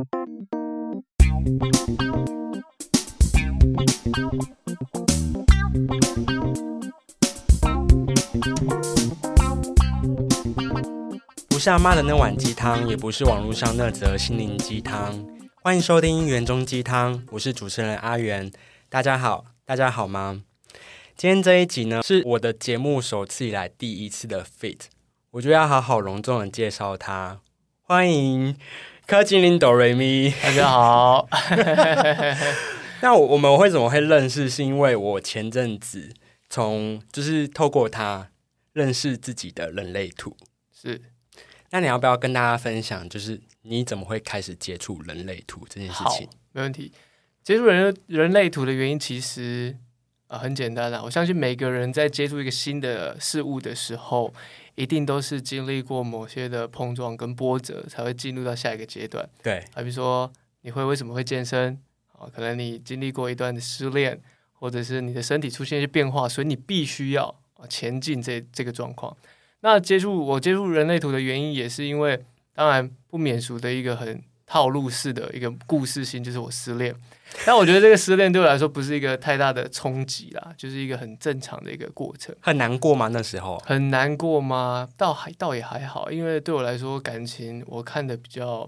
不是阿嬷的那碗鸡汤，也不是网络上那则心灵鸡汤。欢迎收听园中鸡汤，我是主持人阿元。大家好，大家好吗？今天这一集呢，是我的节目首次以来第一次的 feat， 我觉得要好好隆重的介绍他。欢迎柯金林哆瑞咪， 大家好。 那我们为什么会认识？是因为我前阵子就是透过他认识自己的人类图。 是。 那你要不要跟大家分享，就是你怎么会开始接触人类图这件事情？ 好，没问题。接触人类图的原因其实很简单啦。我相信每个人在接触一个新的事物的时候，一定都是经历过某些的碰撞跟波折，才会进入到下一个阶段。 对， 比如说你为什么会健身？可能你经历过一段的失恋，或者是你的身体出现一些变化，所以你必须要前进这个状况。那我接触人类图的原因，也是因为当然不免俗的一个很套路式的一个故事性，就是我失恋。但我觉得这个失恋对我来说不是一个太大的冲击啦，就是一个很正常的一个过程。 很难过吗？那时候很难过吗？倒也还好，因为对我来说感情我看的比较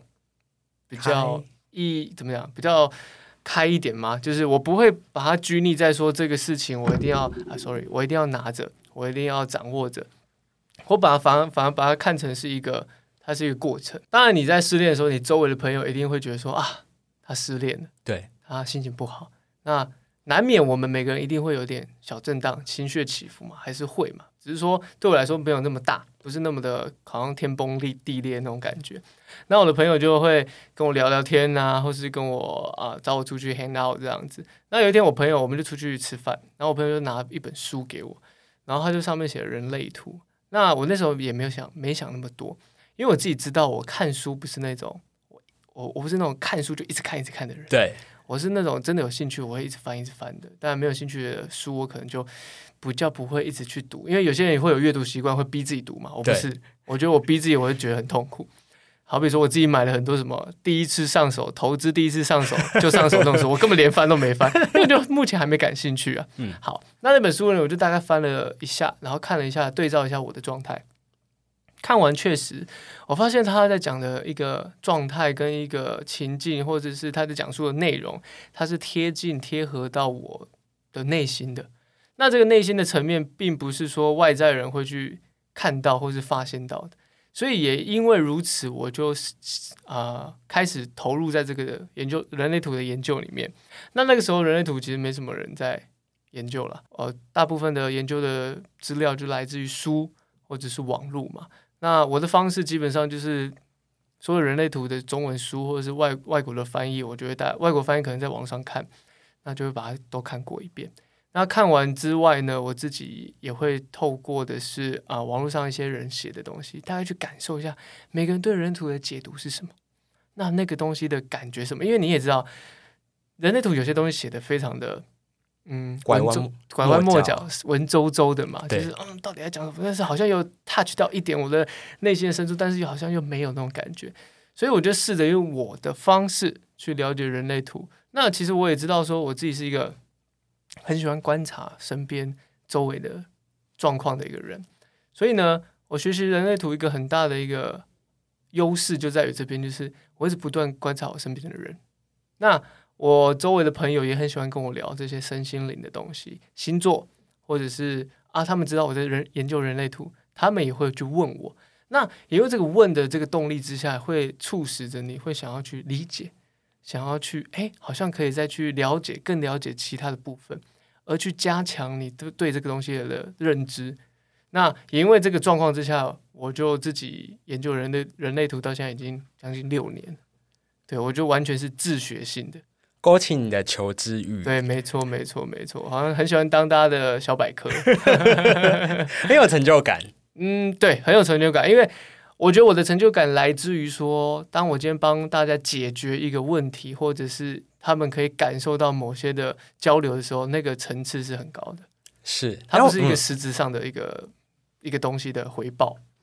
怎么讲，比较开一点嘛，就是我不会把它拘泥在说这个事情我一定要我一定要拿着，我一定要掌握着。我反而把它看成它是一个过程。当然你在失恋的时候，你周围的朋友一定会觉得说他失恋了，对，他心情不好，那难免我们每个人一定会有点小震荡，情绪起伏嘛，还是会嘛，只是说对我来说没有那么大，不是那么的好像天崩地裂那种感觉。那我的朋友就会跟我聊聊天啊，或是跟我找我出去 hang out 这样子。那有一天我们就出去吃饭，然后我朋友就拿一本书给我，然后他就上面写了人类图。那我那时候也没想那么多，因为我自己知道我看书不是那种我不是那种看书就一直看的人。 对，我是那种真的有兴趣我会一直翻的，当然没有兴趣的书我可能就比较不会一直去读，因为有些人也会有阅读习惯会逼自己读嘛，我不是，我觉得我逼自己我会觉得很痛苦。好比说我自己买了很多什么第一次上手投资第一次上手就上手那种书，我根本连翻都没翻，因为就目前还没感兴趣啊。好，那本书呢我就大概翻了一下，然后看了一下对照一下我的状态。看完确实我发现他在讲的一个状态跟一个情境，或者是他在讲述的内容，它是贴合到我的内心的。那这个内心的层面并不是说外在人会去看到或是发现到的，所以也因为如此，我就开始投入在这个研究人类图的研究里面。那个时候人类图其实没什么人在研究了，大部分的研究的资料就来自于书或者是网络嘛。那我的方式基本上就是所有人类图的中文书或者是外国的翻译，我就会外国翻译可能在网上看，那就会把它都看过一遍。那看完之外呢，我自己也会透过的是网络上一些人写的东西，大概去感受一下每个人对人类图的解读是什么，那个东西的感觉什么。因为你也知道人类图有些东西写的非常的拐弯抹角文绉绉的嘛，就是到底在讲什么，但是好像有 touch 到一点我的内心的深处，但是好像又没有那种感觉。所以我就试着用我的方式去了解人类图。那其实我也知道说我自己是一个很喜欢观察身边周围的状况的一个人，所以呢我学习人类图一个很大的一个优势就在于这边，就是我一直不断观察我身边的人。那我周围的朋友也很喜欢跟我聊这些身心灵的东西，星座，或者是他们知道我在研究人类图，他们也会去问我。那也有这个问的这个动力之下，会促使着你会想要去理解，想要去好像可以再去更了解其他的部分，而去加强你对这个东西的认知。那也因为这个状况之下，我就自己研究人类图到现在已经将近6年，对，我就完全是自学性的， 勾起你的求知欲。 对，没错，好像很喜欢当大家的小百科， 很有成就感。 对，很有成就感，因为我觉得我的成就感来自于说，当我今天帮大家解决一个问题，或者是他们可以感受到某些的交流的时候，那个层次是很高的。 是， 它不是一个实质上的一个东西的回报。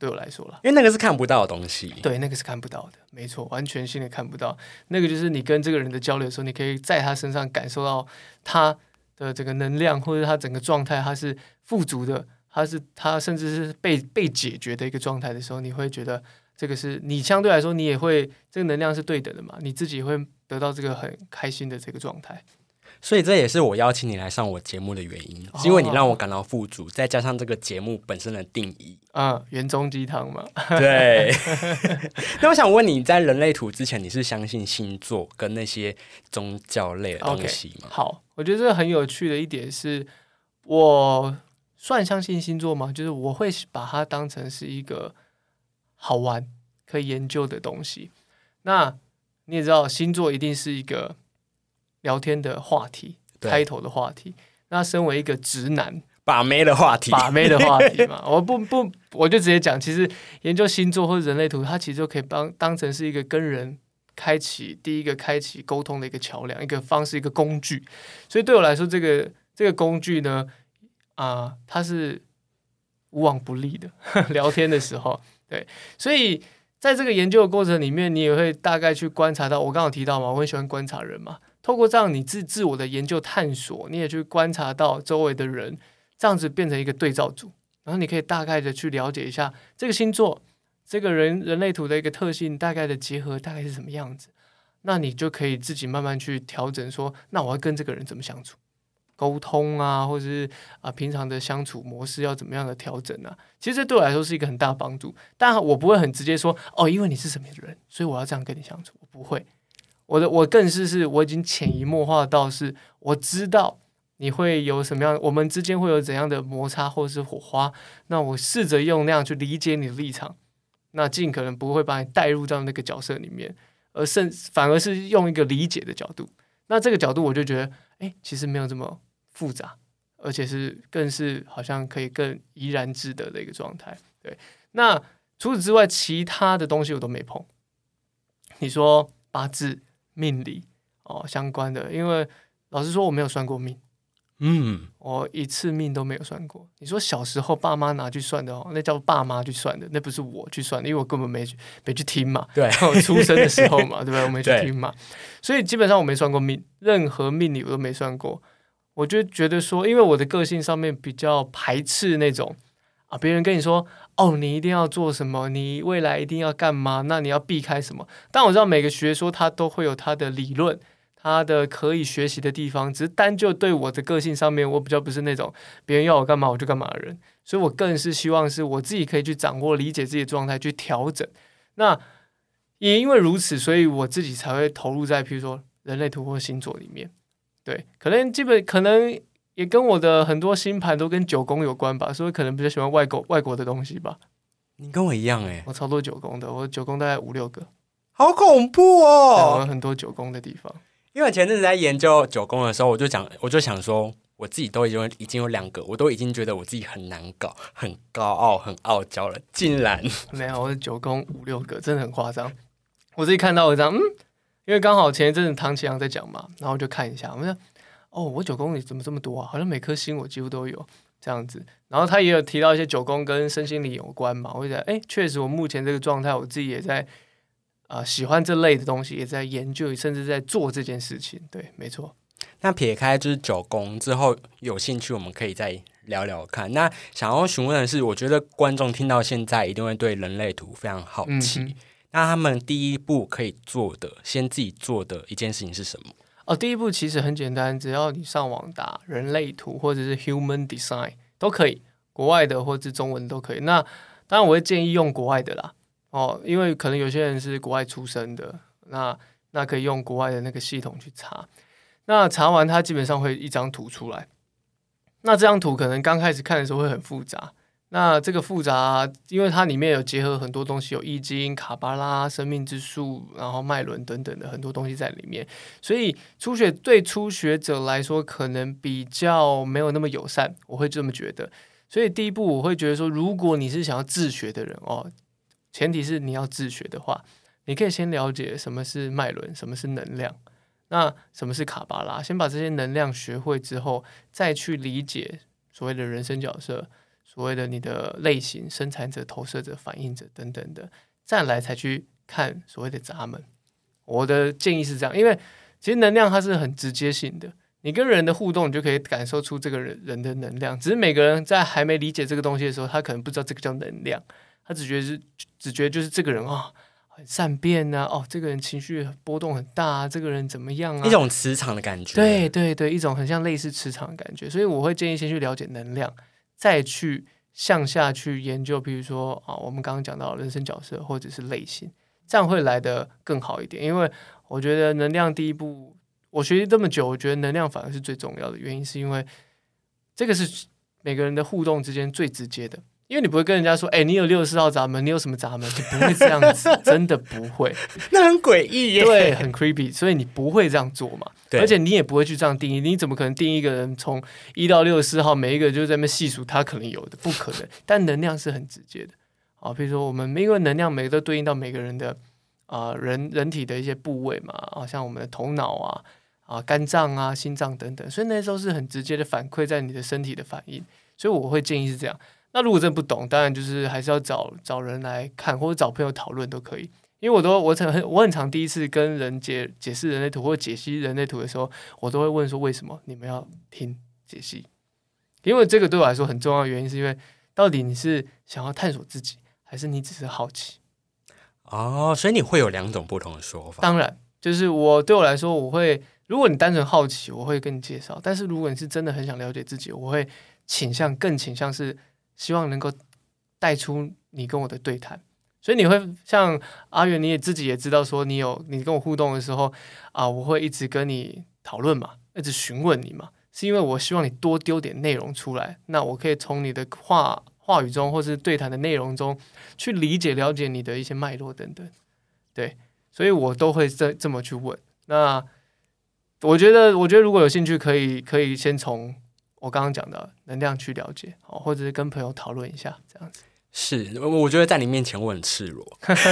对我来说啦， 因为那个是看不到的东西。 对，那个是看不到的，没错，完全性的看不到。那个就是你跟这个人的交流的时候，你可以在他身上感受到他的这个能量，或者他整个状态，他是富足的，他甚至是被解决的一个状态的时候，你会觉得这个是你相对来说你也会这个能量是对等的嘛，你自己也会得到这个很开心的这个状态。 所以这也是我邀请你来上我节目的原因，是因为你让我感到富足，再加上这个节目本身的定义。 原中鸡汤嘛。 对。那我想问你，在人类图之前，你是相信星座跟那些宗教类的东西吗？ 好，我觉得这个很有趣的一点是，我算相信星座吗？就是我会把它当成是一个好玩可以研究的东西。那你也知道，星座一定是一个聊天的话题，开头的话题。那身为一个直男， 把妹的话题嘛，我就直接讲，其实研究星座或者人类图，它其实就可以当成是一个跟人第一个开启沟通的一个桥梁，一个方式，一个工具。所以对我来说，这个工具呢，它是无往不利的。聊天的时候，对，所以在这个研究的过程里面，你也会大概去观察到，我刚刚有提到嘛，我很喜欢观察人嘛。透过这样你自我的研究探索，你也去观察到周围的人，这样子变成一个对照组，然后你可以大概的去了解一下这个星座、这个人类图的一个特性大概的结合大概是什么样子，那你就可以自己慢慢去调整说，那我要跟这个人怎么相处，沟通啊，或者是平常的相处模式要怎么样的调整啊。其实这对我来说是一个很大的帮助，但我不会很直接说因为你是什么人，所以我要这样跟你相处，我不会。我更是我已经潜移默化到是我知道你会有什么样，我们之间会有怎样的摩擦或是火花，那我试着用那样去理解你的立场，那尽可能不会把你带入到那个角色里面，反而是用一个理解的角度。那这个角度我就觉得其实没有这么复杂，而且更是好像可以更怡然自得的一个状态。对，那除此之外其他的东西我都没碰。你说八字命理相关的，因为老实说我没有算过命，我一次命都没有算过。你说小时候爸妈拿去算的那叫爸妈去算的，那不是我去算的，因为我根本没去听嘛。 对， 出生的时候嘛，对不对？我没去听嘛，所以基本上我没算过命，任何命理我都没算过。我就觉得说，因为我的个性上面比较排斥那种别人跟你说你一定要做什么，你未来一定要干嘛，那你要避开什么。但我知道每个学说它都会有它的理论，它的可以学习的地方，只是单就对我的个性上面，我比较不是那种别人要我干嘛我就干嘛的人，所以我更是希望是我自己可以去掌握理解自己的状态去调整。那也因为如此，所以我自己才会投入在譬如说人类图或星座里面。对，可能也跟我的很多星盘都跟九宫有关吧，所以可能比较喜欢外国的东西吧。 你跟我一样我超多九宫的，我九宫大概5-6个， 好恐怖我有很多九宫的地方。 因为前阵子在研究九宫的时候，我就想说，我自己都已经有2个，我都已经觉得我自己很难搞、很高傲、很傲娇了，竟然没有，我的九宫5-6个，真的很夸张。我自己看到我这样，因为刚好前一阵子唐启阳在讲嘛，然后就看一下，我说我九宫里怎么这么多啊？好像每颗星我几乎都有这样子。然后他也有提到一些九宫跟身心灵有关嘛，我就觉得确实我目前这个状态，我自己也在喜欢这类的东西，也在研究，甚至在做这件事情。对，没错。 那撇开就是九宫之后，有兴趣我们可以再聊聊看。那想要询问的是，我觉得观众听到现在一定会对人类图非常好奇。那他们第一步可以做的，先自己做的一件事情是什么？ 第一步其实很简单，只要你上网打人类图或者是 Human Design 都可以，国外的或者是中文都可以。那当然我会建议用国外的啦，因为可能有些人是国外出生的，那可以用国外的那个系统去查。那查完它基本上会一张图出来，那这张图可能刚开始看的时候会很复杂。那这个复杂，因为它里面有结合很多东西，有易经、卡巴拉、生命之树，然后脉轮等等的很多东西在里面，所以对初学者来说可能比较没有那么友善，我会这么觉得。所以第一步我会觉得说，如果你是想要自学的人前提是你要自学的话，你可以先了解什么是脉轮，什么是能量，那什么是卡巴拉，先把这些能量学会之后，再去理解所谓的人生角色。 所谓的你的类型、生产者、投射者、反应者等等的，再来才去看所谓的闸门。我的建议是这样，因为其实能量它是很直接性的，你跟人的互动，你就可以感受出这个人的能量。只是每个人在还没理解这个东西的时候，他可能不知道这个叫能量，他只觉得就是这个人很善变啊，这个人情绪波动很大啊，这个人怎么样啊， 一种磁场的感觉。 对对对，一种很像类似磁场的感觉。所以我会建议先去了解能量，再去向下去研究，比如说我们刚刚讲到人生角色或者是类型，这样会来得更好一点。因为我觉得能量第一步，我学习这么久，我觉得能量反而是最重要的原因，是因为这个是每个人的互动之间最直接的。因为你不会跟人家说，你有64号闸门，你有什么闸门？你不会这样子，真的不会。 那很诡异耶， 对，很 creepy， 所以你不会这样做嘛。而且你也不会去这样定义，你怎么可能定义一个人从1到64号，每一个就在那边细数他可能有的，不可能。但能量是很直接的比如说我们因为能量每个都对应到每个人的人体的一些部位嘛像我们的头脑肝脏啊、心脏等等，所以那些都是很直接的反馈在你的身体的反应。所以我会建议是这样。那如果真的不懂，当然就是还是要找人来看，或者找朋友讨论都可以。因为我很常第一次跟人解释人类图或解析人类图的时候，我都会问说为什么你们要听解析？因为这个对我来说很重要的原因，是因为到底你是想要探索自己，还是你只是好奇？ 所以你会有2种不同的说法。 当然，就是对我来说，如果你单纯好奇，我会跟你介绍；但是如果你是真的很想了解自己，我会更倾向是希望能够带出你跟我的对谈。所以你会像阿元，你也自己也知道说，你跟我互动的时候我会一直跟你讨论嘛，一直询问你嘛，是因为我希望你多丢点内容出来，那我可以从你的话语中或是对谈的内容中去了解你的一些脉络等等。对，所以我都会这么去问。那我觉得如果有兴趣，可以先从我刚刚讲的能量去了解，或者是跟朋友讨论一下这样子。 是，我觉得在你面前我很赤裸。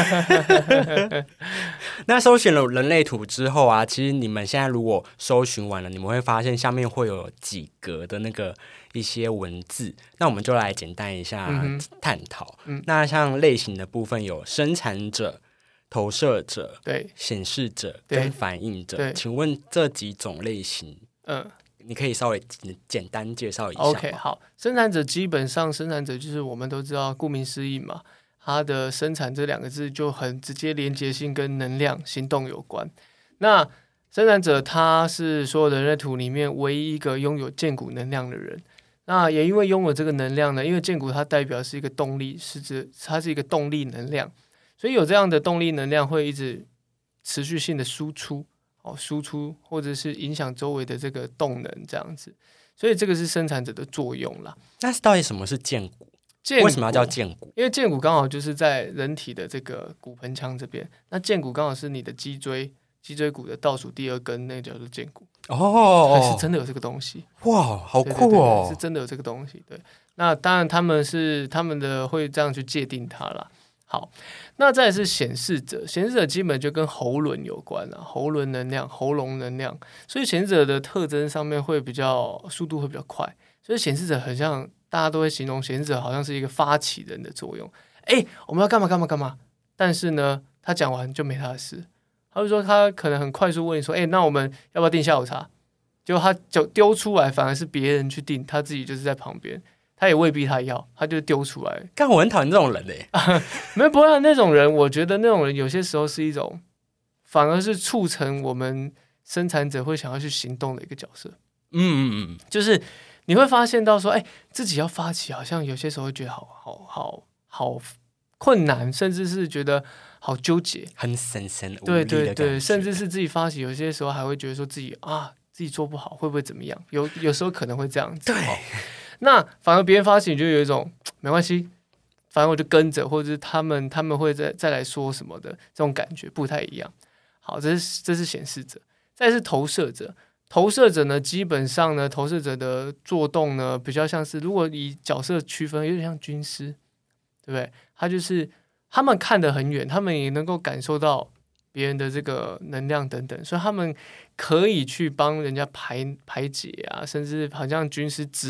那搜寻了人类图之后其实你们现在如果搜寻完了，你们会发现下面会有几格的那个一些文字，那我们就来简单一下探讨。那像类型的部分有生产者、投射者、显示者跟反应者，请问这几种类型你可以稍微简单介绍一下吗？ OK， 好，生产者基本上就是我们都知道，顾名思义嘛，它的生产这2个字就很直接连结性跟能量行动有关。那生产者他是所有的人类图里面唯一一个拥有剑骨能量的人。那也因为拥有这个能量呢，因为剑骨它代表是一个动力，它是一个动力能量，所以有这样的动力能量会一直持续性的输出或者是影响周围的这个动能这样子，所以这个是生产者的作用啦。 那到底什么是剑骨？为什么要叫剑骨？ 因为剑骨刚好就是在人体的这个骨盆腔这边，那剑骨刚好是你的脊椎骨的倒数第2根，那个叫做剑骨。是真的有这个东西。 哇，好酷哦！ 对，是真的有这个东西。对，那当然他们的会这样去界定它啦。好，那再来是显示者，显示者基本就跟喉轮有关喉轮能量、喉咙能量，所以显示者的特征上面会速度会比较快，所以显示者很像大家都会形容显示者好像是一个发起人的作用。我们要干嘛干嘛干嘛，但是呢，他讲完就没他的事。他就说他可能很快速问你说，那我们要不要订下午茶？结果他就丢出来，反而是别人去订，他自己就是在旁边。他也未必他要，他就丢出来。 干，我很讨厌这种人没有，不会那种人，我觉得那种人有些时候是一种，反而是促成我们生产者会想要去行动的一个角色。就是你会发现到说，自己要发起，好像有些时候会觉得好困难，甚至是觉得好纠结， 很神无力的感觉。 对，甚至是自己发起，有些时候还会觉得说自己做不好，会不会怎么样？有时候可能会这样子。 对。 那反而别人发起，你就有一种没关系，反正我就跟着，或者是他们会再来说什么的，这种感觉不太一样。好，这是显示者，再是投射者。投射者呢，基本上呢，投射者的作动呢，比较像是如果以角色区分，有点像军师，对不对？他们看得很远，他们也能够感受到别人的这个能量等等，所以他们可以去帮人家排解甚至好像军师指导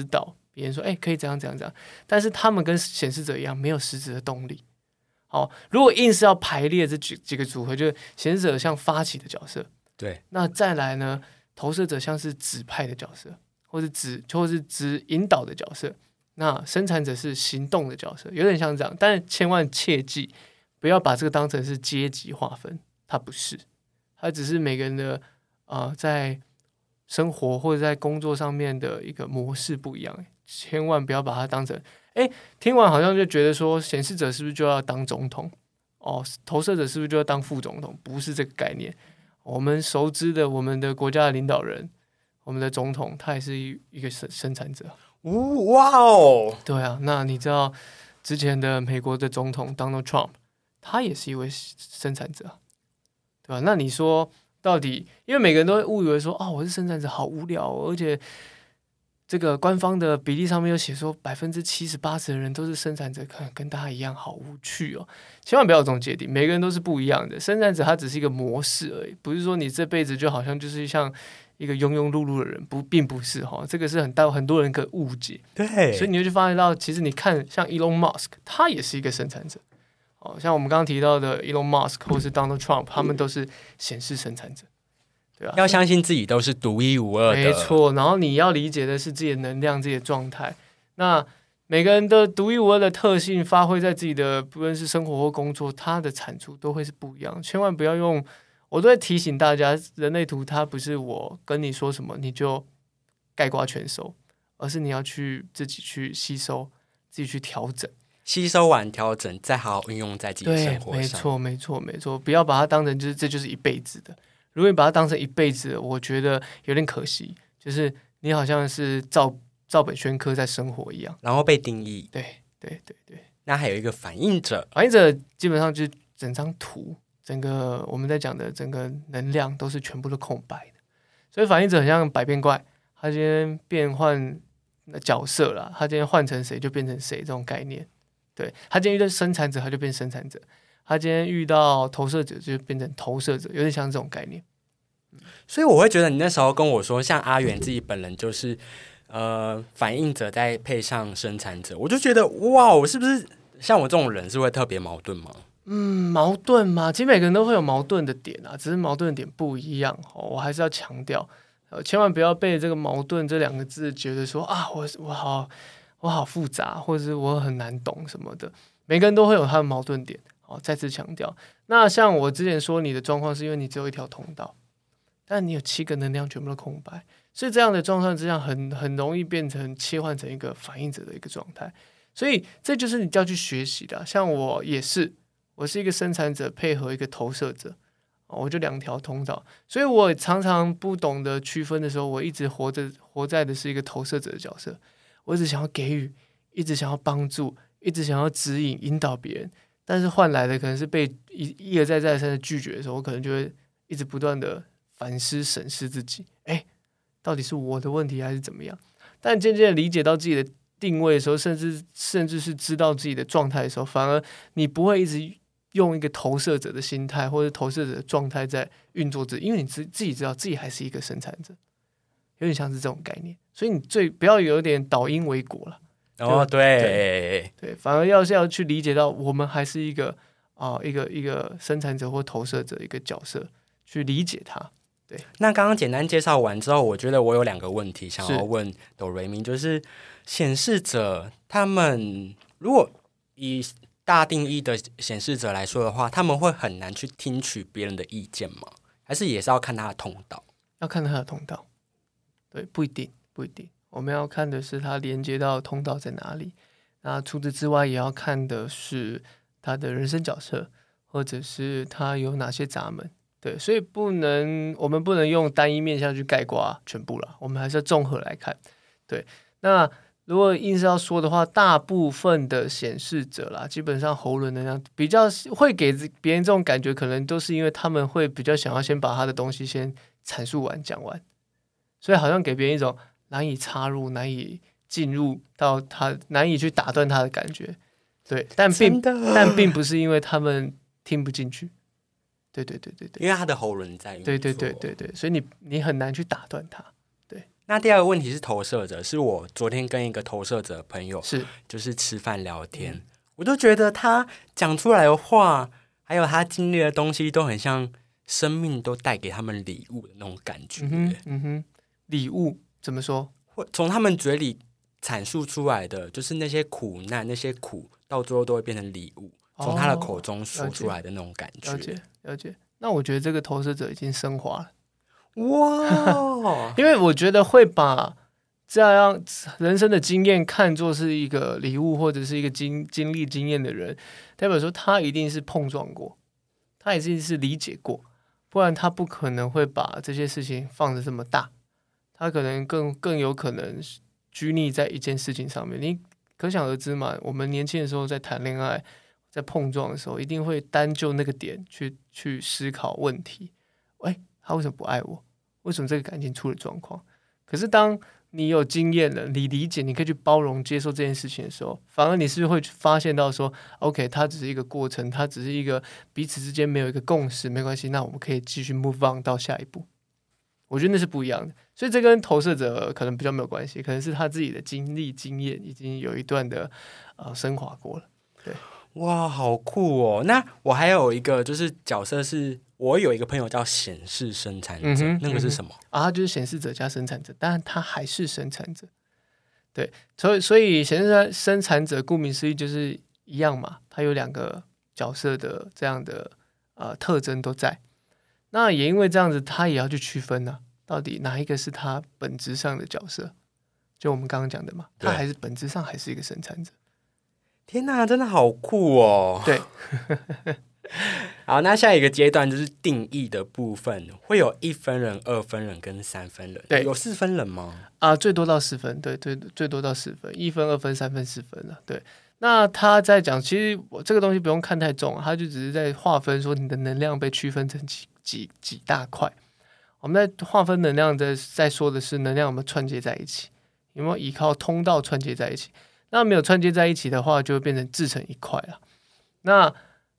别人说可以怎样怎样怎样，但是他们跟显示者一样没有实质的动力。好，如果硬是要排列这几个组合，就是显示者像发起的角色， 对， 那再来呢，投射者像是指派的角色，或是指引导的角色，那生产者是行动的角色，有点像这样。但千万切记，不要把这个当成是阶级划分，它不是，它只是每个人的在生活或者在工作上面的一个模式不一样，千万不要把它当成听完好像就觉得说显示者是不是就要当总统投射者是不是就要当副总统？不是这个概念。我们熟知的我们的国家的领导人，我们的总统，他也是一个生产者。 哇哦， 对啊，那你知道之前的美国的总统 Donald Trump， 他也是一位生产者，对吧？那你说到底，因为每个人都会误以为说我是生产者，好无聊而且这个官方的比例上面有写说70%-80%的人都是生产者，可能跟大家一样，好无趣哦。千万不要有这种界定，每个人都是不一样的。生产者他只是一个模式而已，不是说你这辈子就好像就是像一个庸庸碌碌的人，并不是这个是很多人的误解。 对， 所以你会去发现到，其实你看像 Elon Musk， 他也是一个生产者。像我们刚刚提到的 Elon Musk 或是 Donald Trump， 他们都是显示生产者。 要相信自己都是独一无二的， 没错。然后你要理解的是自己的能量、自己的状态。那每个人的独一无二的特性发挥在自己的，不论是生活或工作，它的产出都会是不一样。千万不要用，我都会提醒大家，人类图它不是我跟你说什么你就概括全收，而是你要去自己去吸收，自己去调整。 吸收完调整，再好好运用在自己的生活上。 对，没错，不要把它当成这就是一辈子的。如果你把它当成一辈子，我觉得有点可惜，就是你好像是照本宣科在生活一样， 然后被定义。 对。 那还有一个反应者， 反应者基本上就是整张图，整个我们在讲的整个能量都是全部都空白的，所以反应者很像百变怪，他今天变换角色啦，他今天换成谁就变成谁这种概念。对，他今天遇到生产者，他就变生产者。他今天遇到投射者就变成投射者，有点像这种概念。 所以我会觉得你那时候跟我说，像阿元自己本人就是反应者再配上生产者，我就觉得哇，我是不是像我这种人是会特别矛盾吗？ 矛盾嘛，其实每个人都会有矛盾的点啊，只是矛盾的点不一样。我还是要强调，千万不要被这个矛盾这2个字觉得说我好复杂，或者是我很难懂什么的。每个人都会有他的矛盾点。再次强调，那像我之前说你的状况是因为你只有一条通道，但你有7个能量全部都空白，所以这样的状况之下很容易变成切换成一个反应者的一个状态。所以这就是你就要去学习的。像我也是，我是一个生产者配合一个投射者，我就2条通道，所以我常常不懂得区分的时候，我一直活在的是一个投射者的角色，我一直想要给予，一直想要帮助，一直想要指引引导别人。但是换来的可能是被一而再再三的拒绝的时候，我可能就会一直不断的反思审视自己，到底是我的问题还是怎么样？但渐渐理解到自己的定位的时候，甚至是知道自己的状态的时候，反而你不会一直用一个投射者的心态或者投射者的状态在运作因为你自己知道自己还是一个生产者，有点像是这种概念。所以你不要有点倒因为果了。对，反而要去理解到，我们还是一个生产者或投射者一个角色，去理解它。对， 那刚刚简单介绍完之后，我觉得我有2个问题想要问哆瑞咪，就是显示者他们如果以大定义的显示者来说的话，他们会很难去听取别人的意见吗？还是也是要看他的通道？ 要看他的通道，对，不一定。我们要看的是它连接到通道在哪里。那除此之外，也要看的是他的人生角色，或者是他有哪些闸门。对，所以我们不能用单一面向去概括全部了，我们还是要综合来看。对，那如果硬是要说的话，大部分的显示者啦，基本上喉轮能量比较会给别人这种感觉，可能都是因为他们会比较想要先把他的东西先阐述完讲完，所以好像给别人一种难以插入、难以进入到他、难以去打断他的感觉。对，但并不是因为他们听不进去。对， 因为他的喉咙在运作。 对，所以你很难去打断他。对， 那第二个问题是投射者，是我昨天跟一个投射者的朋友就是吃饭聊天，我就觉得他讲出来的话，还有他经历的东西，都很像生命都带给他们礼物的那种感觉。 礼物怎么说？ 从他们嘴里阐述出来的，就是那些苦难、那些苦，到最后都会变成礼物，从他的口中说出来的那种感觉。 了解。那我觉得这个投射者已经升华了。 哇！ 因为我觉得会把这样人生的经验看作是一个礼物，或者是一个经历经验的人，代表说他一定是碰撞过，他一定是理解过，不然他不可能会把这些事情放得这么大，他可能更有可能拘泥在一件事情上面。你可想而知嘛，我们年轻的时候在谈恋爱，在碰撞的时候，一定会单就那个点去思考问题。他为什么不爱我？为什么这个感情出了状况？可是当你有经验了，你理解，你可以去包容、接受这件事情的时候，反而你是会发现到说 ，OK， 它只是一个过程，它只是一个彼此之间没有一个共识，没关系，那我们可以继续 move on 到下一步。我觉得那是不一样的，所以这跟投射者可能比较没有关系，可能是他自己的经历、经验已经有一段的升华过了。对， 哇，好酷哦！那我还有一个就是角色是。我有一个朋友叫显示生产者，那个是什么他就是显示者加生产者，但他还是生产者。对，所以显示生产者顾名思义就是一样嘛，他有两个角色的这样的特征都在。那也因为这样子，他也要去区分呢，到底哪一个是他本质上的角色？就我们刚刚讲的嘛，他还是本质上还是一个生产者。 天哪，真的好酷哦！ 对。 好，那下一个阶段就是定义的部分，会有1分人、2分人跟3分人。 对， 有4分人吗？ 最多到4分，对，最多到4分，1分、2分、3分、4分了。对，那他在讲，其实我这个东西不用看太重，他就只是在划分说你的能量被区分成几大块。我们在划分能量在说的是能量有没有串接在一起，有没有依靠通道串接在一起。那没有串接在一起的话，就会变成制成一块了。那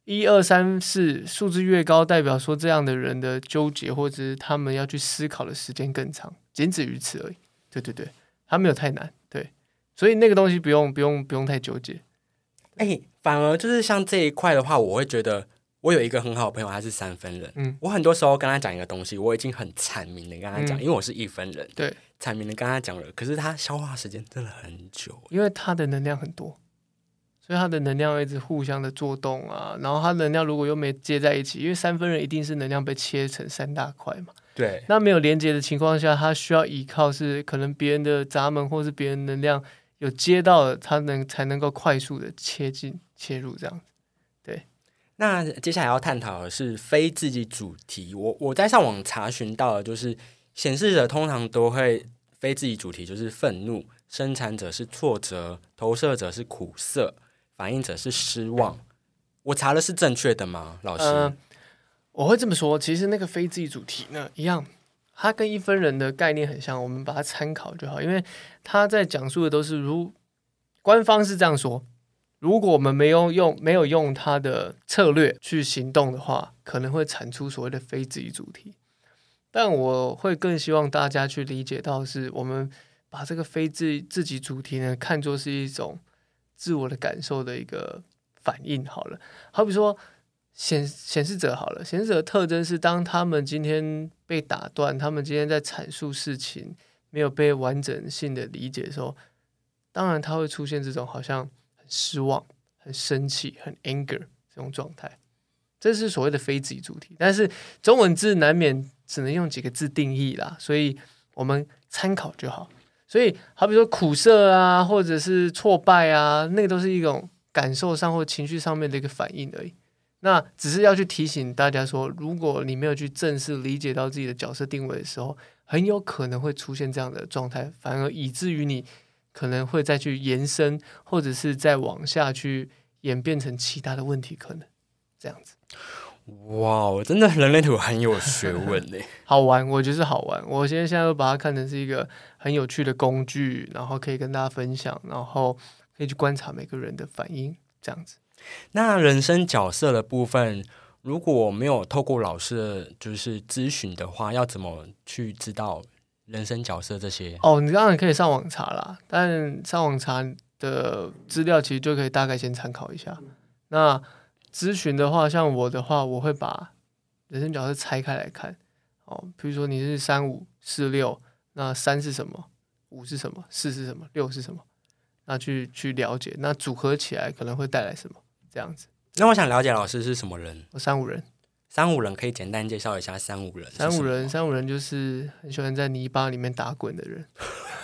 1、2、3、4数字越高，代表说这样的人的纠结或者是他们要去思考的时间更长，仅止于此而已。对，他没有太难。对，所以那个东西不用太纠结。 反而就是像这一块的话，我会觉得我有一个很好的朋友，他是3分人。我很多时候跟他讲一个东西，我已经很阐明的跟他讲，因为我是1分人， 对， 阐明的跟他讲了，可是他消化时间真的很久， 因为他的能量很多。所以他的能量一直互相的作动啊，然后他能量如果又没接在一起，因为3分人一定是能量被切成3大块嘛。 对。 那没有连接的情况下，他需要依靠是可能别人的闸门或是别人能量有接到了，他才能够快速的切入这样子。对。 那接下来要探讨的是非自己主题。我在上网查询到的就是显示者通常都会非自己主题，就是愤怒，生产者是挫折，投射者是苦涩，反应者是失望。我查的是正确的吗，老师？ 我会这么说，其实那个非自己主题呢，一样，它跟1分人的概念很像，我们把它参考就好，因为他在讲述的都是官方是这样说，如果我们没有用他的策略去行动的话，可能会产出所谓的非自己主题。但我会更希望大家去理解到，是我们把这个非自己主题呢，看作是一种自我的感受的一个反应好了。好比说显示者好了，显示者的特征是当他们今天被打断，他们今天在阐述事情没有被完整性的理解的时候，当然他会出现这种好像很失望、很生气、很 anger 这种状态，这是所谓的非自己主题。但是中文字难免只能用几个字定义啦，所以我们参考就好。所以好比说苦涩啊，或者是挫败啊，那个都是一种感受上或情绪上面的一个反应而已。那只是要去提醒大家说，如果你没有去正式理解到自己的角色定位的时候，很有可能会出现这样的状态，反而以至于你可能会再去延伸，或者是再往下去演变成其他的问题，可能这样子。 哇，真的人类图很有学问耶好玩，我觉得是好玩。我现在都把它看成是一个很有趣的工具，然后可以跟大家分享，然后可以去观察每个人的反应，这样子。 那人生角色的部分，如果没有透过老师的就是咨询的话，要怎么去知道人生角色这些？ 你当然可以上网查啦，但上网查的资料其实就可以大概先参考一下。那咨询的话，像我的话，我会把人生角色拆开来看。比如说你是3546，那3是什么，5是什么，4是什么，6是什么，那去了解，那组合起来可能会带来什么，这样子。 那我想了解老师是什么人？ 我35人。 35人可以简单介绍一下35人。 35人就是很喜欢在泥巴里面打滚的人，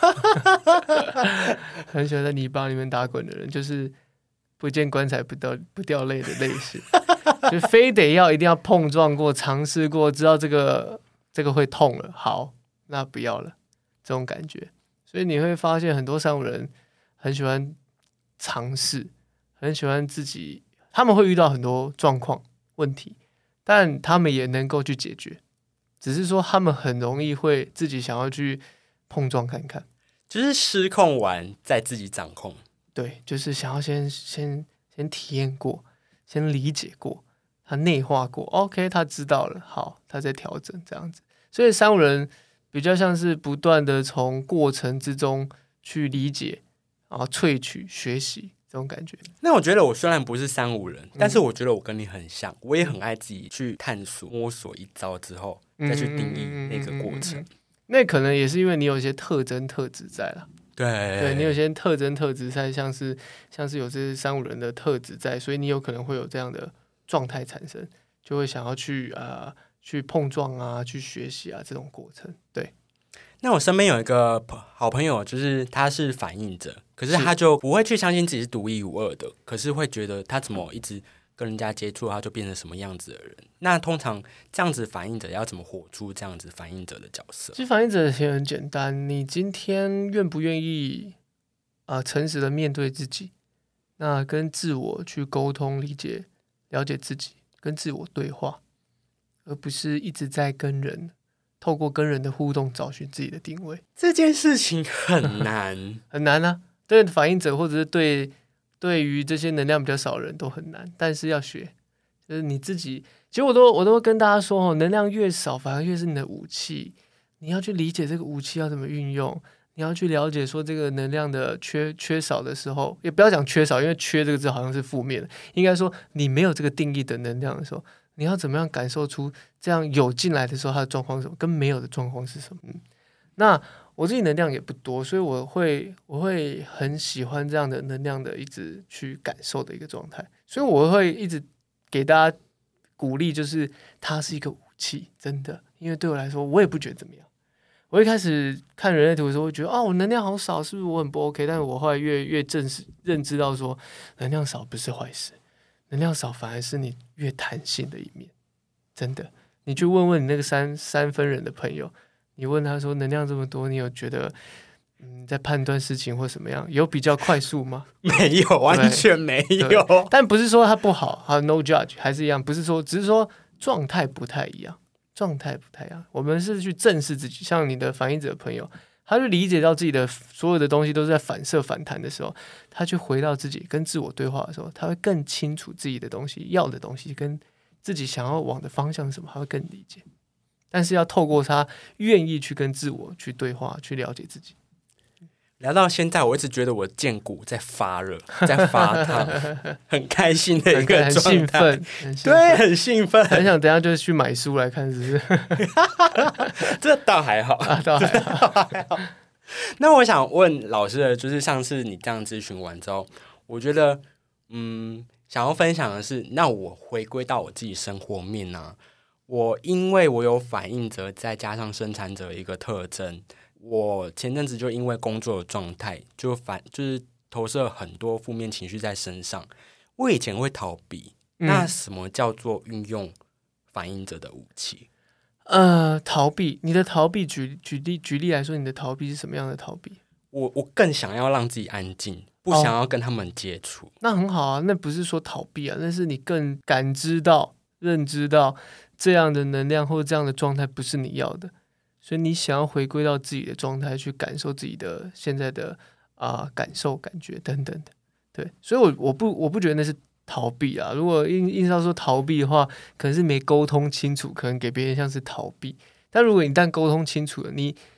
很喜欢在泥巴里面打滚的人，就是不见棺材不掉泪的类型，就非得一定要碰撞过、尝试过，知道这个会痛了，好，那不要了，这种感觉。所以你会发现很多35人很喜欢尝试，很喜欢自己，他们会遇到很多状况、问题，但他们也能够去解决，只是说他们很容易会自己想要去碰撞看看， 就是失控完再自己掌控。 对，就是想要先体验过，先理解过，他内化过 ，OK， 他知道了，好，他在调整这样子。所以35人比较像是不断的从过程之中去理解，然后萃取学习这种感觉。 那我觉得我虽然不是35人，但是我觉得我跟你很像，我也很爱自己去探索、摸索一招之后，再去定义那个过程。 那可能也是因为你有一些特征特质在啦。 对， 你有些特征特质在，像是有这35人的特质在，所以你有可能会有这样的状态产生，就会想要去碰撞啊，去学习啊这种过程。对。 那我身边有一个好朋友，就是他是反应者，可是他就不会去相信自己是独一无二的，可是会觉得他怎么一直跟人家接触，他就变成什么样子的人。那通常这样子反应者要怎么活出这样子反应者的角色？ 其实反应者也很简单，你今天愿不愿意诚实的面对自己，那跟自我去沟通、理解、了解自己，跟自我对话，而不是一直在透过跟人的互动找寻自己的定位。 这件事情很难很难啊，对反应者或者是对于这些能量比较少的人都很难，但是要学，就是你自己。其实我都会跟大家说，能量越少反而越是你的武器，你要去理解这个武器要怎么运用，你要去了解说这个能量的缺少的时候，也不要讲缺少，因为缺这个字好像是负面的，应该说你没有这个定义的能量的时候，你要怎么样感受出这样有进来的时候它的状况是什么，跟没有的状况是什么。那我自己能量也不多，所以我会很喜欢这样的能量的一直去感受的一个状态，所以我会一直给大家鼓励，就是它是一个武器，真的，因为对我来说我也不觉得怎么样。我一开始看人类图的时候，会觉得我能量好少，是不是我很不 OK？ 但是我后来越认知到说，能量少不是坏事，能量少反而是你越弹性的一面，真的。你去问问你那个三分人的朋友，你问他说能量这么多，你有觉得在判断事情或什么样有比较快速吗？ 没有，完全没有。 但不是说它不好，no judge， 还是一样，不是说，只是说状态不太一样。我们是去正视自己，像你的反应者朋友，他就理解到自己的所有的东西都是在反射反弹的时候，他去回到自己跟自我对话的时候，他会更清楚自己的东西、要的东西跟自己想要往的方向是什么，他会更理解。但是要透过他愿意去跟自我去对话，去了解自己。 聊到现在，我一直觉得我剑骨在发热，在发烫，很开心的一个状态， 很兴奋， 对，很兴奋， 很想等一下就去买书来看，是不是？ 这倒还好， 倒还好。 那我想问老师的，就是上次你这样咨询完之后，我觉得，想要分享的是，那我回归到我自己生活面啊，因为我有反应者，再加上生产者一个特征。我前阵子就因为工作的状态，就是投射很多负面情绪在身上。我以前会逃避，那什么叫做运用反应者的武器？ 逃避，你的逃避举例来说，你的逃避是什么样的逃避？ 我更想要让自己安静，不想要跟他们接触。 那很好啊，那不是说逃避啊，那是你更感知到、认知到这样的能量或这样的状态不是你要的。所以你想要回归到自己的状态，去感受自己的现在的感受、感觉等等的，对。所以我不觉得那是逃避啊。如果硬是要说逃避的话，可能是没沟通清楚，可能给别人像是逃避。但如果你一旦沟通清楚了，你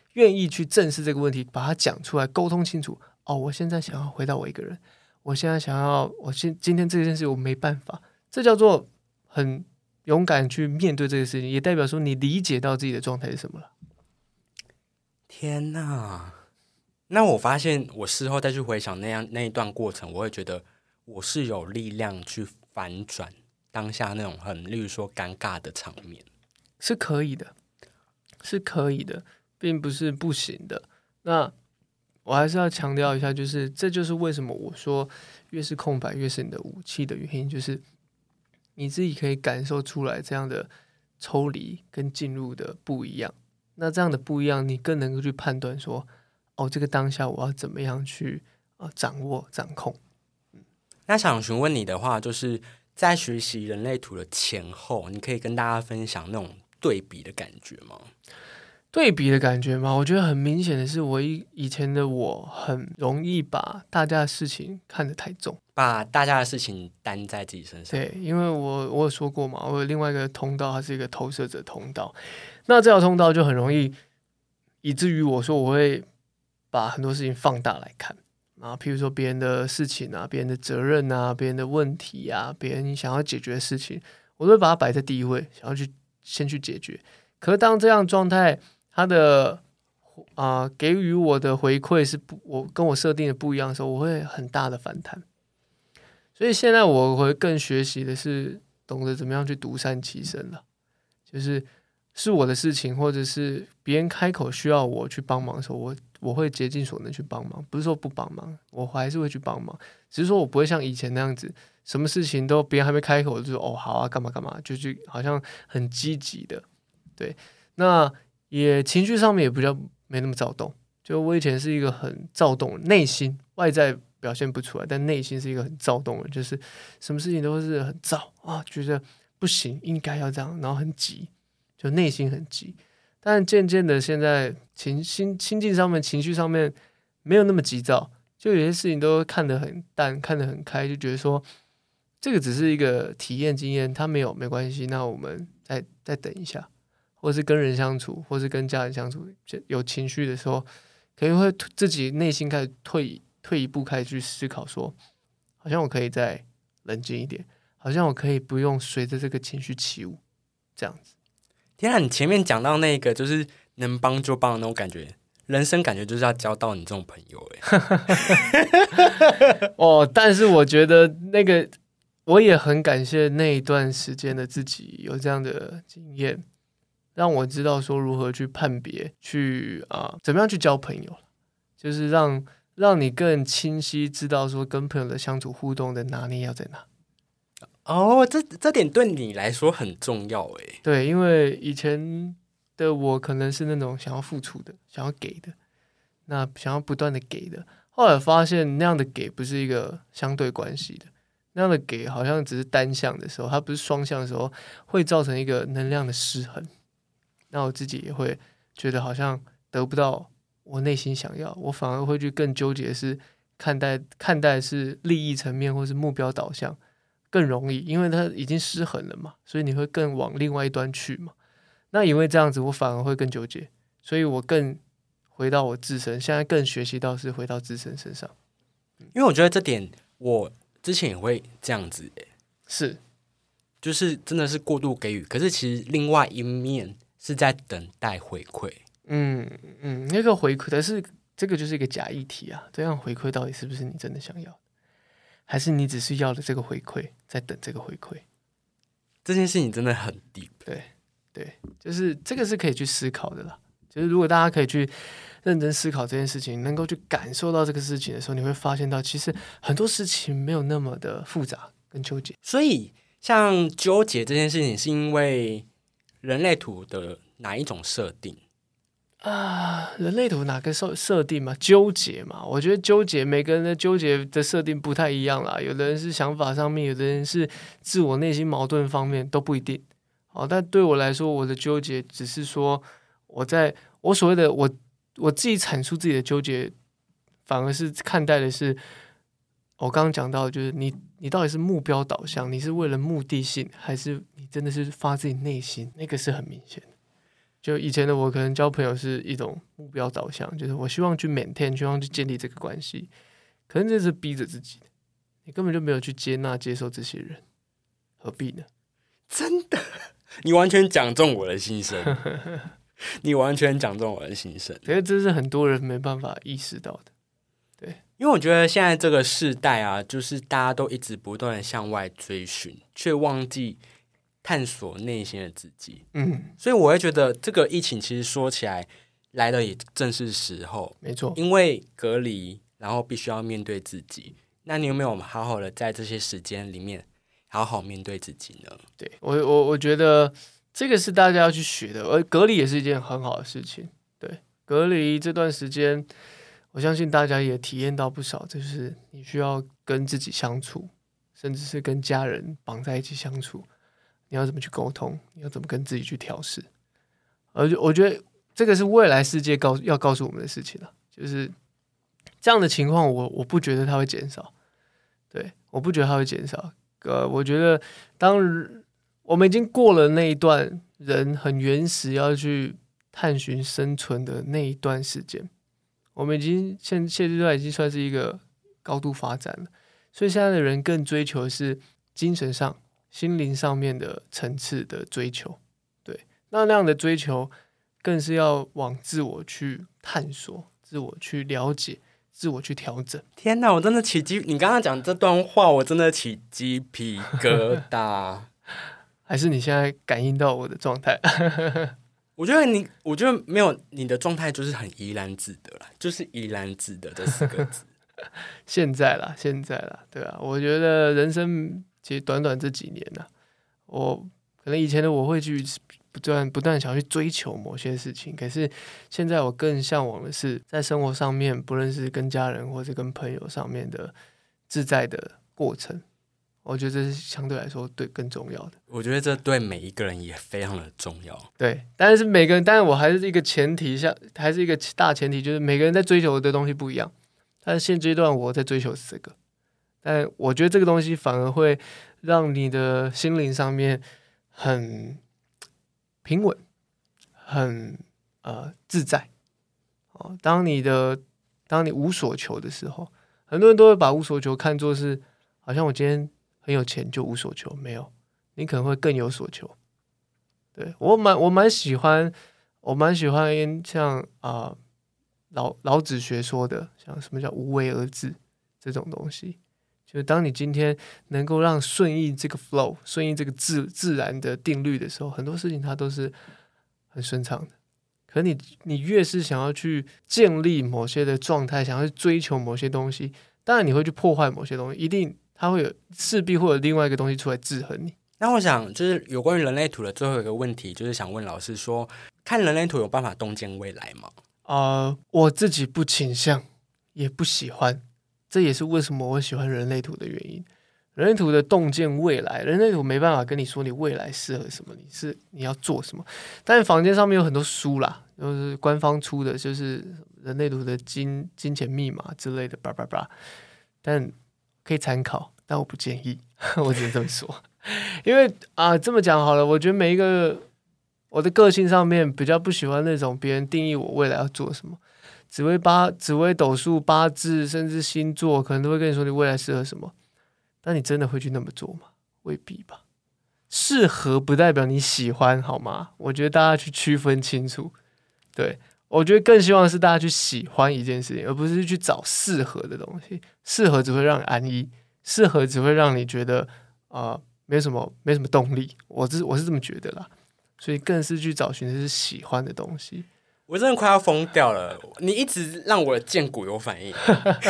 愿意去正视这个问题，把它讲出来，沟通清楚。哦，我现在想要回到我一个人，我现在想要，今天这件事我没办法，这叫做很勇敢去面对这个事情，也代表说你理解到自己的状态是什么了。 天哪！那我发现我事后再去回想那一段过程，我会觉得我是有力量去反转当下那种例如说尴尬的场面， 是可以的，是可以的，并不是不行的。那我还是要强调一下，这就是为什么我说越是空白越是你的武器的原因，就是你自己可以感受出来这样的抽离跟进入的不一样。那这样的不一样，你更能够去判断说，哦，这个当下我要怎么样去掌握掌控。 那想询问你的话，就是在学习人类图的前后，你可以跟大家分享那种对比的感觉吗？ 对比的感觉吗？我觉得很明显的是，以前的我很容易把大家的事情看得太重， 把大家的事情担在自己身上。 对，因为我有说过嘛，我有另外一个通道，它是一个投射者通道。那这条通道就很容易，以至于我说我会把很多事情放大来看啊，譬如说别人的事情啊，别人的责任啊，别人的问题啊，别人想要解决的事情，我都会把它摆在第一位，想要先去解决。可是当这样状态，它的给予我的回馈是我跟我设定的不一样的时候，我会很大的反弹。所以现在我会更学习的是懂得怎么样去独善其身了，是我的事情，或者是别人开口需要我去帮忙的时候，我会竭尽所能去帮忙，不是说不帮忙，我还是会去帮忙，只是说我不会像以前那样子，什么事情都别人还没开口就说哦好啊干嘛干嘛，就是好像很积极的，对，那也情绪上面也比较没那么躁动。就我以前是一个很躁动的，内心外在表现不出来，但内心是一个很躁动的，就是什么事情都是很躁啊，觉得不行，应该要这样，然后很急，就内心很急。但渐渐的，现在心境上面、情绪上面没有那么急躁，就有些事情都看得很淡，看得很开，就觉得说这个只是一个体验经验，它没关系，那我们再等一下。或是跟人相处，或是跟家人相处，有情绪的时候，可能会自己内心开始退一步，开始去思考说，好像我可以再冷静一点，好像我可以不用随着这个情绪起舞，这样子。 天啊，你前面讲到那个就是能帮就帮的那种感觉，人生感觉就是要交到你这种朋友哦，但是我觉得那个我也很感谢那一段时间的自己有这样的经验。让我知道说如何去判别，去怎么样去交朋友，就是让你更清晰知道说跟朋友的相处互动的拿捏要在哪。 哦，这点对你来说很重要诶。 对，因为以前的我可能是那种想要付出的，想要给的，那想要不断的给的，后来发现那样的给不是一个相对关系的，那样的给好像只是单向的时候，它不是双向的时候，会造成一个能量的失衡。那我自己也会觉得好像得不到我内心想要，我反而会去更纠结，是看待是利益层面或是目标导向更容易，因为它已经失衡了嘛，所以你会更往另外一端去嘛。那因为这样子，我反而会更纠结，所以我更回到我自身，现在更学习到是回到自身身上。 因为我觉得这点我之前也会这样子是， 就是真的是过度给予，可是其实另外一面是在等待回馈。 那个回馈，但是这个就是一个假议题啊。这样回馈到底是不是你真的想要的，还是你只是要了这个回馈，在等这个回馈？ 这件事情真的很 deep。 对，就是这个是可以去思考的啦。就是如果大家可以去认真思考这件事情，能够去感受到这个事情的时候，你会发现到其实很多事情没有那么的复杂跟纠结。 所以像纠结这件事情，是因为人类图的哪一种设定人类图哪个设定嘛？纠结嘛？我觉得纠结，每个人的纠结的设定不太一样啦。有的人是想法上面，有的人是自我内心矛盾方面，都不一定。好，但对我来说，我的纠结只是说，我所谓的我自己阐述自己的纠结，反而是看待的是我刚刚讲到，就是你到底是目标导向，你是为了目的性，还是你真的是发自己内心？那个是很明显的。 就以前的我可能交朋友是一种目标导向，就是我希望去 maintain， 希望去建立这个关系，可能这是逼着自己的，你根本就没有去接纳接受这些人，何必呢？ 真的，你完全讲中我的心声。你完全讲中我的心声， 因为这是很多人没办法意识到的。对， 因为我觉得现在这个世代啊，就是大家都一直不断的向外追寻，却忘记探索内心的自己。所以我会觉得这个疫情其实说起来来的也正是时候， 没错， 因为隔离，然后必须要面对自己。那你有没有好好的在这些时间里面好好面对自己呢？ 对，我觉得这个是大家要去学的，而隔离也是一件很好的事情。对，隔离这段时间，我相信大家也体验到不少，就是你需要跟自己相处，甚至是跟家人绑在一起相处，你要怎么去沟通，你要怎么跟自己去调试。而我觉得这个是未来世界要告诉我们的事情了，就是这样的情况我不觉得它会减少。对，我不觉得它会减少。我觉得当我们已经过了那一段人很原始要去探寻生存的那一段时间，我们已经现阶段已经算是一个高度发展了，所以现在的人更追求的是精神上、心灵上面的层次的追求。对，那样的追求更是要往自我去探索、自我去了解、自我去调整。 天哪，我真的你刚刚讲这段话，我真的起鸡皮疙瘩。 还是你现在感应到我的状态？ 我觉得没有你的状态就是很怡然自得啦，就是怡然自得这4个字。 现在啦，对啊，我觉得人生其实短短这几年啊，我可能以前的我会去不断想要去追求某些事情，可是现在我更向往的是在生活上面，不论是跟家人或是跟朋友上面的自在的过程。我觉得这是相对来说更重要的。 我觉得这对每一个人也非常的重要。 对，但是每个人，当然我还是一个前提下，还是一个大前提，就是每个人在追求的东西不一样。但是现阶段我在追求这个，但我觉得这个东西反而会让你的心灵上面很平稳，很自在。当你无所求的时候，很多人都会把无所求看作是好像我今天很有钱就无所求，没有，你可能会更有所求。对，我蛮喜欢像老子学说的，像什么叫无为而治这种东西，就是当你今天能够让顺应这个 flow， 顺应这个自然的定律的时候，很多事情它都是很顺畅的。可你越是想要去建立某些的状态，想要去追求某些东西，当然你会去破坏某些东西，一定它势必会有另外一个东西出来制衡你。 那我想就是有关于人类图的最后一个问题，就是想问老师说，看人类图有办法洞见未来吗？ 我自己不倾向，也不喜欢，这也是为什么我喜欢人类图的原因。人类图的洞见未来，人类图没办法跟你说你未来适合什么，你要做什么。但是坊间上面有很多书啦，就是官方出的，就是人类图的金钱密码之类的，叭叭叭。但可以参考，但我不建议，我只能这么说。因为这么讲好了，我觉得每一个我的个性上面比较不喜欢那种别人定义我未来要做什么，紫微斗数、八字，甚至星座，可能都会跟你说你未来适合什么。但你真的会去那么做吗？未必吧。适合不代表你喜欢，好吗？我觉得大家去区分清楚。对，我觉得更希望是大家去喜欢一件事情，而不是去找适合的东西。适合只会让你安逸，适合只会让你觉得没什么动力。我是这么觉得啦。所以更是去找寻的是喜欢的东西。 我真的快要疯掉了，你一直让我的剑骨有反应。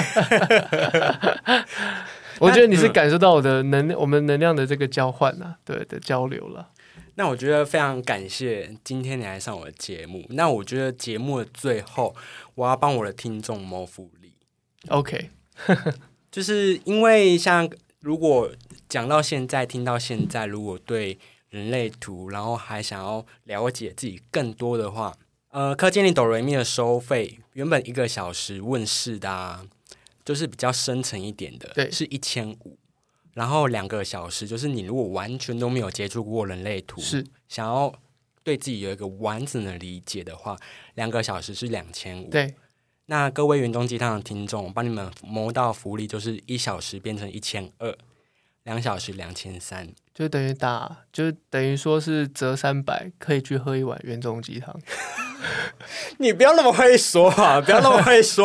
我觉得你是感受到我们能量的这个交换啊，对的交流了。 那我觉得非常感谢今天你来上我的节目。那我觉得节目的最后，我要帮我的听众谋福利。 OK， 就是因为像如果讲到现在，听到现在，如果对人类图，然后还想要了解自己更多的话，科建立哆瑞咪的收费，原本1个小时问世的就是比较深层一点的， 对， 是1500，然后2个小时，就是你如果完全都没有接触过人类图， 是想要对自己有一个完整的理解的话，2个小时是2500。 对， 那各位原中鸡汤的听众，我帮你们谋到福利，就是1小时变成1200，2小时2300， 就等于说是折300，可以去喝一碗原中鸡汤。 你不要那么会说啊！不要那么会说，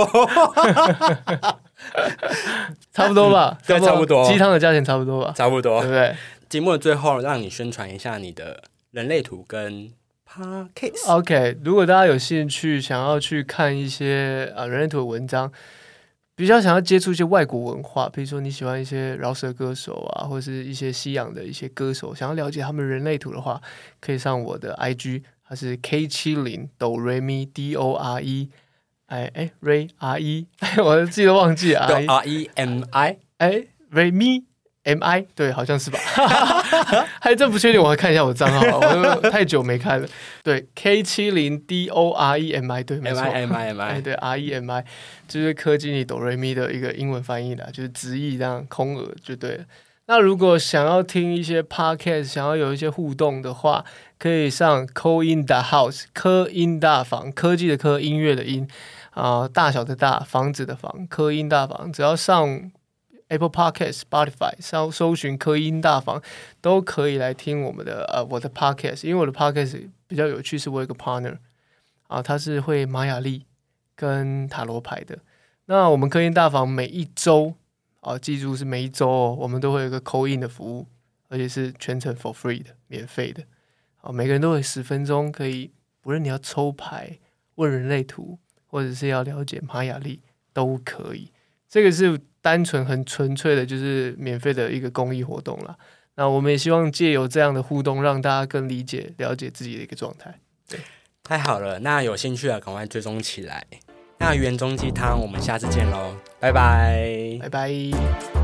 差不多吧？ 对，差不多， 鸡汤的价钱差不多吧？ 差不多， 对不对？ 节目的最后，让你宣传一下你的人类图跟 Podcast。 OK， 如果大家有兴趣，想要去看一些人类图的文章，比较想要接触一些外国文化，比如说你喜欢一些饶舌歌手啊，或是一些西洋的一些歌手，想要了解他们人类图的话，可以上我的 IG， 它是 K70 哆瑞咪 DORE， Ray RE， 我自己都忘记了 REMI， Ray咪。MI 对，好像是吧，还真不确定，我还看一下我账号，我太久没看了。对 ，K70 DOREMI 对，没错 ，MI， 对 REMI 就是科技里哆瑞咪的一个英文翻译啦，就是直译这样空耳就对了。那如果想要听一些 podcast， 想要有一些互动的话，可以上 Call in the House， 科音大房，科技的科，音乐的音大小的大，房子的房，科音大房，只要上Apple Podcast、Spotify 搜寻科音大房，都可以来听我的 Podcast。因为我的 Podcast 比较有趣，是我有一个 partner 他是会玛雅历跟塔罗牌的。那我们科音大房每一周记住是每一周我们都会有一个 call in 的服务，而且是全程 for free 的，免费的。每个人都有10分钟，可以不论你要抽牌、问人类图，或者是要了解玛雅历，都可以。这个是单纯很纯粹的，就是免费的一个公益活动啦。那我们也希望借由这样的互动，让大家更理解、了解自己的一个状态。对， 太好了，那有兴趣的赶快追踪起来。那原中鸡汤，我们下次见喽，拜拜， 拜拜。